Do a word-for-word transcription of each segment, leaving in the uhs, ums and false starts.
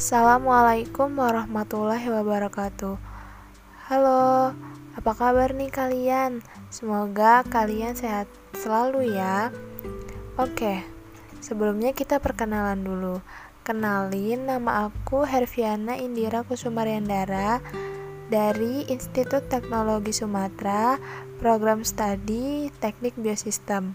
Assalamualaikum warahmatullahi wabarakatuh. Halo, apa kabar nih kalian? Semoga kalian sehat selalu ya. Oke, sebelumnya kita perkenalan dulu. Kenalin, nama aku Herviana Indira Kusumaryandara dari Institut Teknologi Sumatera, Program Studi Teknik Biosistem.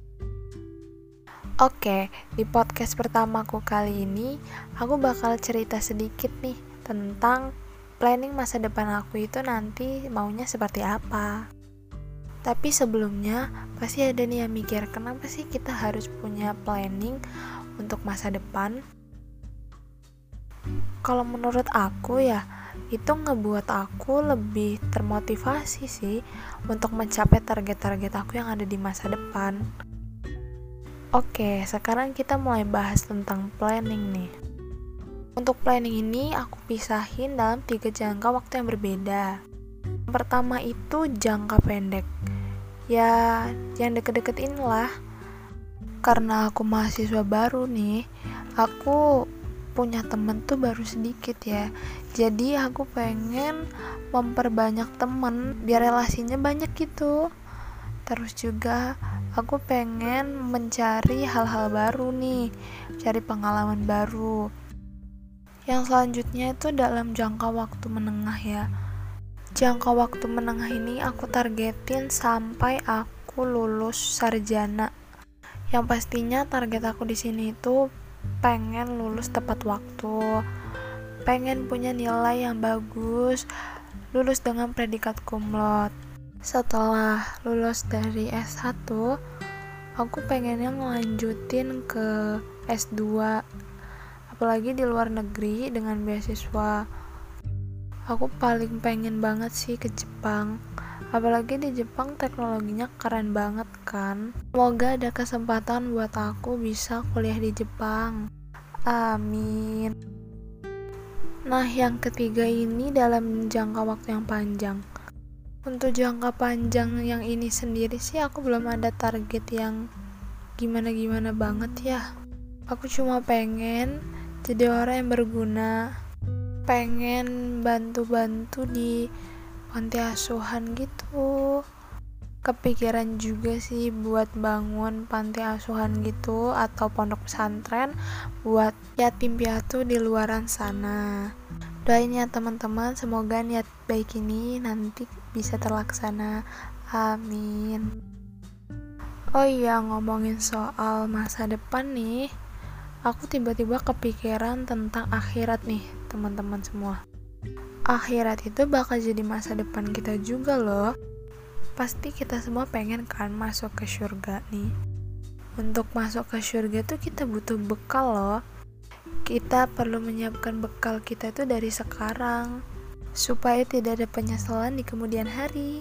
Oke, di podcast pertamaku kali ini, aku bakal cerita sedikit nih tentang planning masa depan aku itu nanti maunya seperti apa. Tapi sebelumnya, pasti ada nih yang mikir, kenapa sih kita harus punya planning untuk masa depan? Kalau menurut aku ya, itu ngebuat aku lebih termotivasi sih untuk mencapai target-target aku yang ada di masa depan. Oke, sekarang kita mulai bahas tentang planning nih. Untuk planning ini aku pisahin dalam tiga jangka waktu yang berbeda. Yang pertama itu jangka pendek. Ya, yang deket-deket inilah. Karena aku mahasiswa baru nih, aku punya temen tuh baru sedikit ya. Jadi aku pengen memperbanyak temen biar relasinya banyak gitu. Terus juga aku pengen mencari hal-hal baru nih, cari pengalaman baru. Yang selanjutnya itu dalam jangka waktu menengah ya. Jangka waktu menengah ini aku targetin sampai aku lulus sarjana. Yang pastinya target aku di sini itu pengen lulus tepat waktu, pengen punya nilai yang bagus, lulus dengan predikat cum laude. Setelah lulus dari S satu, aku pengennya ngelanjutin ke S dua, apalagi di luar negeri dengan beasiswa. Aku paling pengen banget sih ke Jepang, apalagi di Jepang teknologinya keren banget kan. Semoga ada kesempatan buat aku bisa kuliah di Jepang. Amin. Nah, yang ketiga ini dalam jangka waktu yang panjang. Untuk jangka panjang yang ini sendiri sih aku belum ada target yang gimana-gimana banget ya. Aku cuma pengen jadi orang yang berguna, pengen bantu-bantu di panti asuhan gitu. Kepikiran juga sih buat bangun panti asuhan gitu atau pondok pesantren buat yatim piatu di luaran sana. Doain ya teman-teman, semoga niat baik ini nanti bisa terlaksana. Amin. Oh iya, ngomongin soal masa depan nih, aku tiba-tiba kepikiran tentang akhirat nih teman-teman semua. Akhirat itu bakal jadi masa depan kita juga loh. Pasti kita semua pengen kan masuk ke surga nih. Untuk masuk ke surga tuh kita butuh bekal loh. Kita perlu menyiapkan bekal kita itu dari sekarang supaya tidak ada penyesalan di kemudian hari.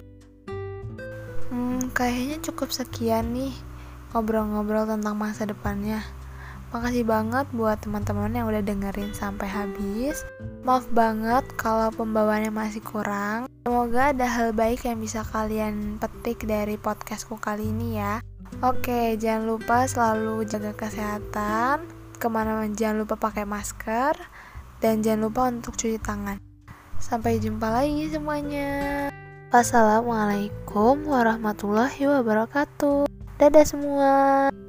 Hmm, kayaknya cukup sekian nih ngobrol-ngobrol tentang masa depannya. Makasih banget buat teman-teman yang udah dengerin sampai habis. Maaf banget kalau pembawaannya masih kurang. Semoga ada hal baik yang bisa kalian petik dari podcastku kali ini ya. Oke, jangan lupa selalu jaga kesehatan. Kemana-mana jangan lupa pakai masker. Dan jangan lupa untuk cuci tangan. Sampai jumpa lagi semuanya. Wassalamualaikum warahmatullahi wabarakatuh. Dadah semua.